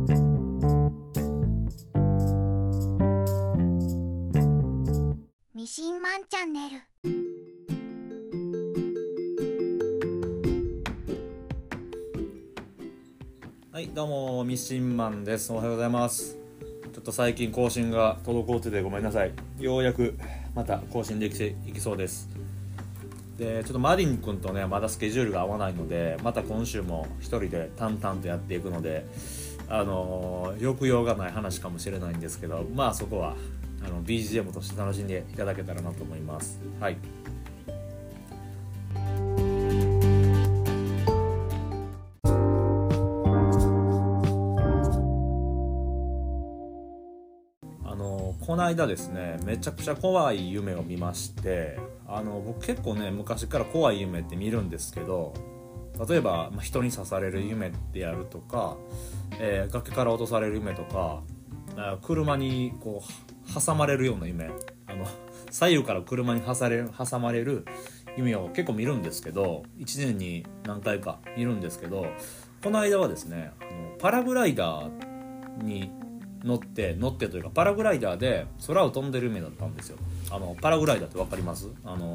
ミシンマンチャンネル。 はい、どうもミシンマンです。おはようございます。ちょっと最近更新が滞っててごめんなさい。ようやくまた更新できていきそうです。で、ちょっとマディン君とねまだスケジュールが合わないので、また今週も一人で淡々とやっていくので、抑揚がない話かもしれないんですけど、まあそこはBGM として楽しんでいただけたらなと思います。はい。この間ですね、めちゃくちゃ怖い夢を見まして、僕結構ね昔から怖い夢って見るんですけど、例えば、人に刺される夢であるとか、崖から落とされる夢とか、車にこう挟まれるような夢、左右から車に挟まれる夢を結構見るんですけど、1年に何回か見るんですけど、この間はですね、パラグライダーに乗ってというかパラグライダーで空を飛んでる夢だったんですよ。パラグライダーって分かります？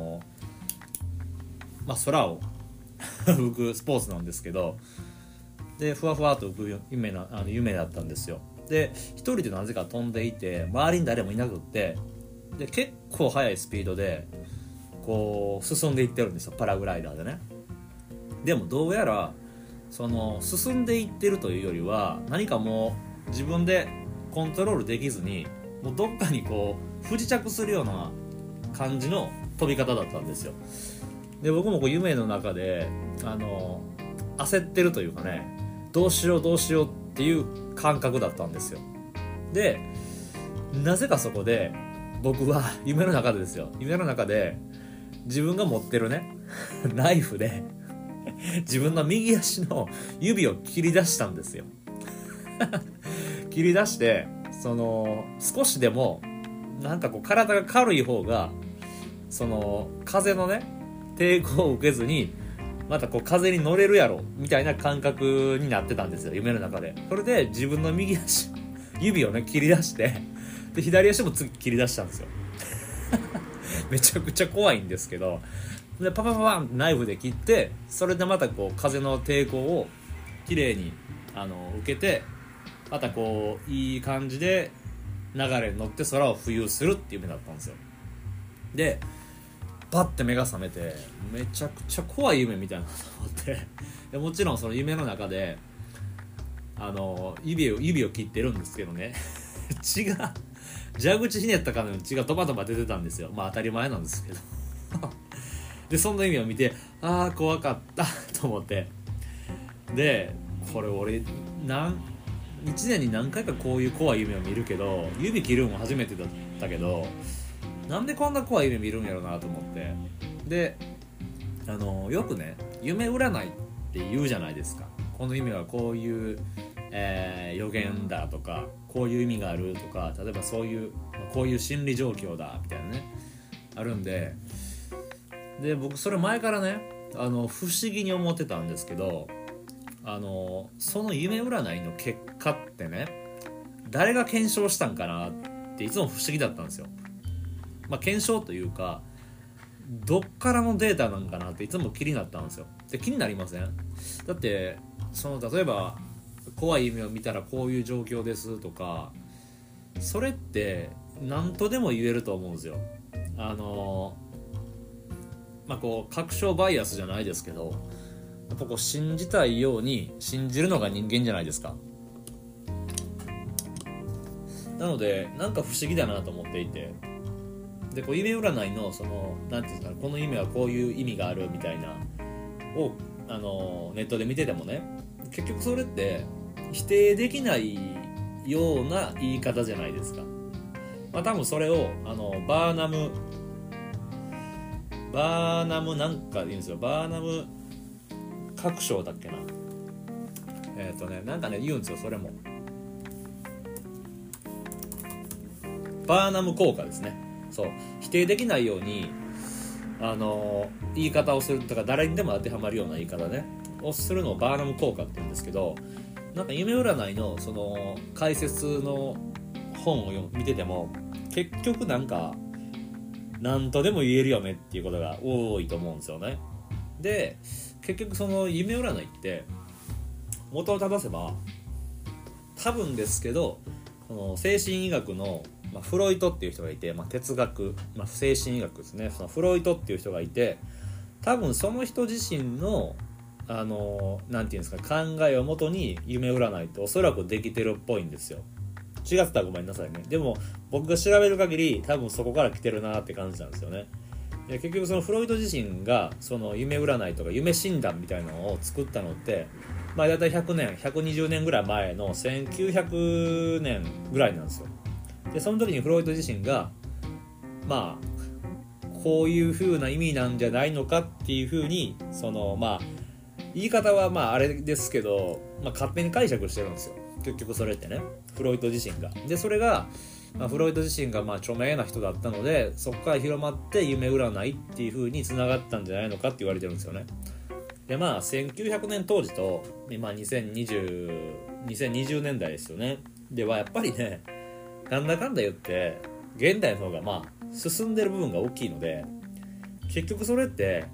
空を浮くスポーツなんですけど、でふわふわと浮く夢だったんですよ。で一人でなぜか飛んでいて、周りに誰もいなくって、で結構速いスピードでこう進んでいってるんですよ、パラグライダーでね。でもどうやらその進んでいってるというよりは、何かもう自分でコントロールできずに、もうどっかにこう不時着するような感じの飛び方だったんですよ。で僕もこう夢の中で焦ってるというかね、どうしようっていう感覚だったんですよ。でなぜかそこで僕は夢の中で自分が持ってるねナイフで自分の右足の指を切り出したんですよ切り出して、少しでもなんかこう体が軽い方がその風のね抵抗を受けずにまたこう風に乗れるやろみたいな感覚になってたんですよ、夢の中で。それで自分の右足指をね切り出して、で左足も次切り出したんですよめちゃくちゃ怖いんですけど、でパパパパンナイフで切って、それでまたこう風の抵抗をきれいに受けて、またこういい感じで流れに乗って空を浮遊するっていう夢だったんですよ。でパッて目が覚めて、めちゃくちゃ怖い夢みたいなと思ってでもちろんその夢の中で指を切ってるんですけどね血が蛇口ひねったかのように血がドバドバ出てたんですよ。まあ当たり前なんですけどでそんな夢を見て、怖かったと思って、でこれ俺1年に何回かこういう怖い夢を見るけど、指切るのも初めてだったけど、なんでこんな怖い夢見るんやろうなと思って。でよくね夢占いって言うじゃないですか。この夢はこういう、予言だとか、こういう意味があるとか、例えばこういう心理状況だみたいなねあるんで、僕それ前からね不思議に思ってたんですけど、その夢占いの結果ってね、誰が検証したんかなっていつも不思議だったんですよ。検証というか、どっからのデータなんかなっていつも気になったんですよ。で気になりません？だって例えば怖い夢を見たらこういう状況ですとか、それって何とでも言えると思うんですよ。こう確証バイアスじゃないですけど、やっぱこう信じたいように信じるのが人間じゃないですか。なのでなんか不思議だなと思っていて、でこう夢占いのなんていうんですかね、この夢はこういう意味があるみたいなをネットで見ててもね、結局それって否定できないような言い方じゃないですか。多分それをバーナムなんかでいいんですよ。バーナム確証だっけな、なんかね言うんですよ。それもバーナム効果ですね。そう、否定できないように言い方をするとか、誰にでも当てはまるような言い方ねをするのをバーナム効果って言うんですけど、 なんか夢占いのその解説の本を見てても結局なんか何とでも言えるよねっていうことが多いと思うんですよね。で結局その夢占いって元を正せば多分ですけどこの精神医学の、フロイトっていう人がいて、哲学、精神医学ですね、そのフロイトっていう人がいて多分その人自身のなんていうんですか考えをもとに夢占いっておそらくできてるっぽいんですよ。違ってたらごめんなさいね。でも僕が調べる限り多分そこから来てるなって感じなんですよね。で結局そのフロイト自身がその夢占いとか夢診断みたいなのを作ったのってだいたい100年120年ぐらい前の1900年ぐらいなんですよ。でその時にフロイト自身がこういう風な意味なんじゃないのかっていう風にその言い方はあれですけど、勝手に解釈してるんですよ結局それってね、フロイト自身が。でそれが、フロイト自身が著名な人だったのでそこから広まって夢占いっていう風に繋がったんじゃないのかって言われてるんですよね。で1900年当時と、2020年代ですよね。ではやっぱりねなんだかんだ言って現代の方が進んでる部分が大きいので結局それって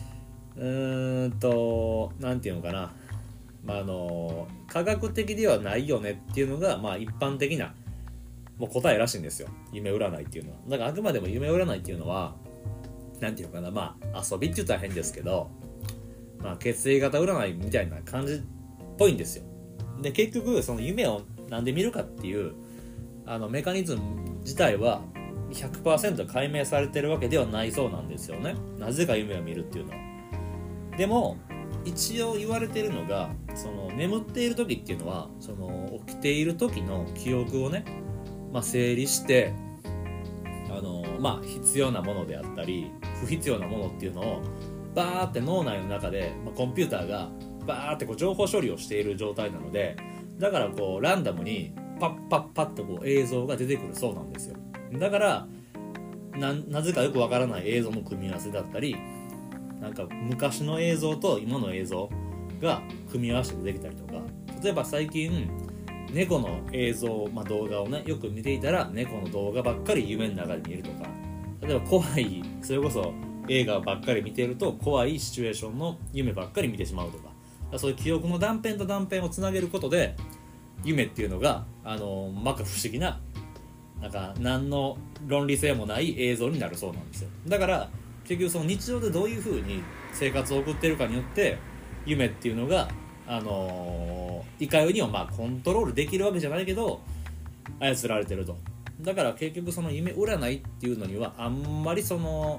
なんていうのかな、科学的ではないよねっていうのが一般的なもう答えらしいんですよ夢占いっていうのは。だからあくまでも夢占いっていうのはなんていうのかな遊びって言ったら変ですけど血液型占いみたいな感じっぽいんですよ。で結局その夢をなんで見るかっていうメカニズム自体は 100% 解明されてるわけではないそうなんですよね。なぜか夢を見るっていうのは。でも一応言われているのがその眠っている時っていうのはその起きている時の記憶をね、整理して必要なものであったり不必要なものっていうのをバーって脳内の中で、コンピューターがバーって情報処理をしている状態なのでだからランダムにパッパッパッと映像が出てくるそうなんですよ。だからなぜかよくわからない映像の組み合わせだったりなんか昔の映像と今の映像が組み合わせてできたりとか、例えば最近猫の映像、動画をねよく見ていたら猫の動画ばっかり夢の中で見えるとか、例えば怖いそれこそ映画ばっかり見てると怖いシチュエーションの夢ばっかり見てしまうとか、そういう記憶の断片と断片をつなげることで夢っていうのが不思議ななんか何の論理性もない映像になるそうなんですよ。だから結局その日常でどういう風に生活を送っているかによって夢っていうのがいかようにはコントロールできるわけじゃないけど操られてると。だから結局その夢占いっていうのにはあんまりその、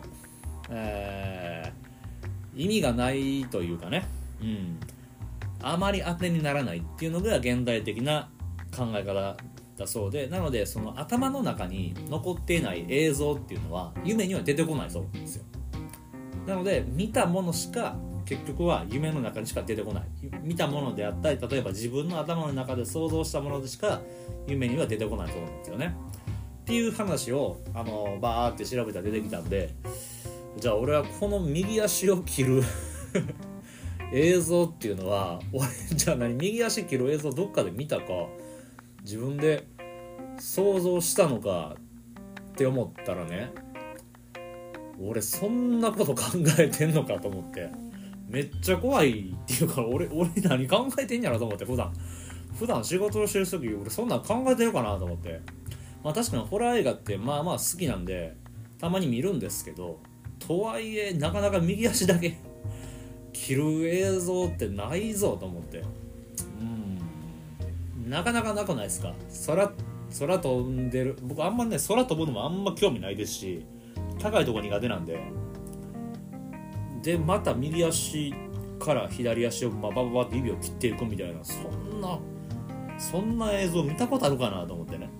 意味がないというかね、あまり当てにならないっていうのが現代的な考え方だそうで、なのでその頭の中に残っていない映像っていうのは夢には出てこないそうなんですよ。なので見たものしか結局は夢の中にしか出てこない、見たものであったり例えば自分の頭の中で想像したものでしか夢には出てこないそうなんですよねっていう話をバーって調べたら出てきたんで、じゃあ俺はこの右足を切る映像っていうのは俺じゃあ右足切る映像どっかで見たか自分で想像したのかって思ったらね、俺そんなこと考えてんのかと思ってめっちゃ怖いっていうか俺何考えてんやろと思って、普段仕事をしてる時俺そんなん考えてるかなと思って、確かにホラー映画って好きなんでたまに見るんですけど、とはいえなかなか右足だけ切る映像ってないぞと思って、なかなかなくないですか。空飛んでる、僕あんまね空飛ぶのもあんま興味ないですし高いとこ苦手なんでまた右足から左足をバババって指を切っていくみたいなそんな映像見たことあるかなと思ってね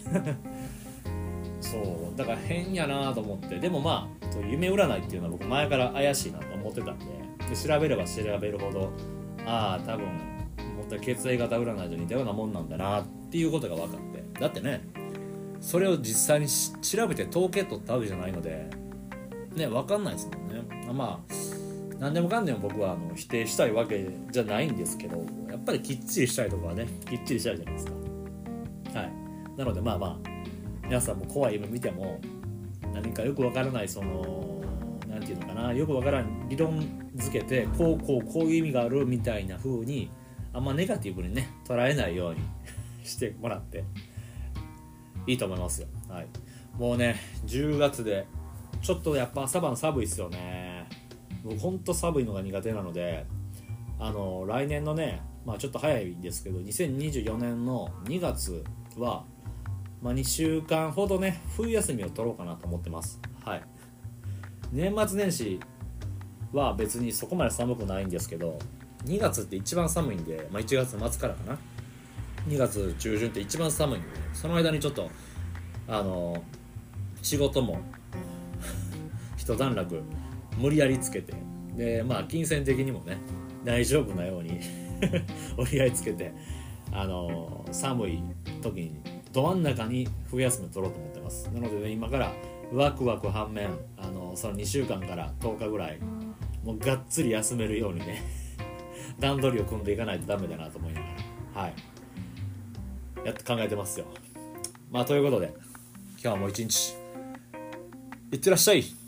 そうだから変やなと思って、でも夢占いっていうのは僕前から怪しいなと思ってたんで調べれば調べるほど多分もっと血液型占いと似たようなもんなんだなっていうことが分かって、だってねそれを実際に調べて統計取ったわけじゃないのでね分かんないですもんね。 何でもかんでも僕は否定したいわけじゃないんですけど、やっぱりきっちりしたいところはねきっちりしたいじゃないですか。はい。なのでまあまあ皆さんも怖い夢見ても何かよくわからないなんていうのかな、よくわからん理論付けてこういう意味があるみたいな風にあんまネガティブにね捉えないようにしてもらっていいと思いますよ。はい。もうね10月でちょっとやっぱ朝晩寒いですよね。僕ほんと寒いのが苦手なので来年のね、まあちょっと早いんですけど2024年の2月は、まあ、2週間ほどね冬休みを取ろうかなと思ってます。はい。年末年始は別にそこまで寒くないんですけど2月って一番寒いんで、まあ、1月末からかな、2月中旬って一番寒いんで、その間にちょっと仕事も一段落無理やりつけて、でまあ金銭的にもね大丈夫なように折り合いつけて寒い時にど真ん中に冬休みを取ろうと思ってます。なので、ね、今からワクワク反面その2週間から10日ぐらいもうがっつり休めるようにね段取りを組んでいかないとダメだなと思いながら、はい、やって考えてますよ。まあということで今日はもう一日いってらっしゃい。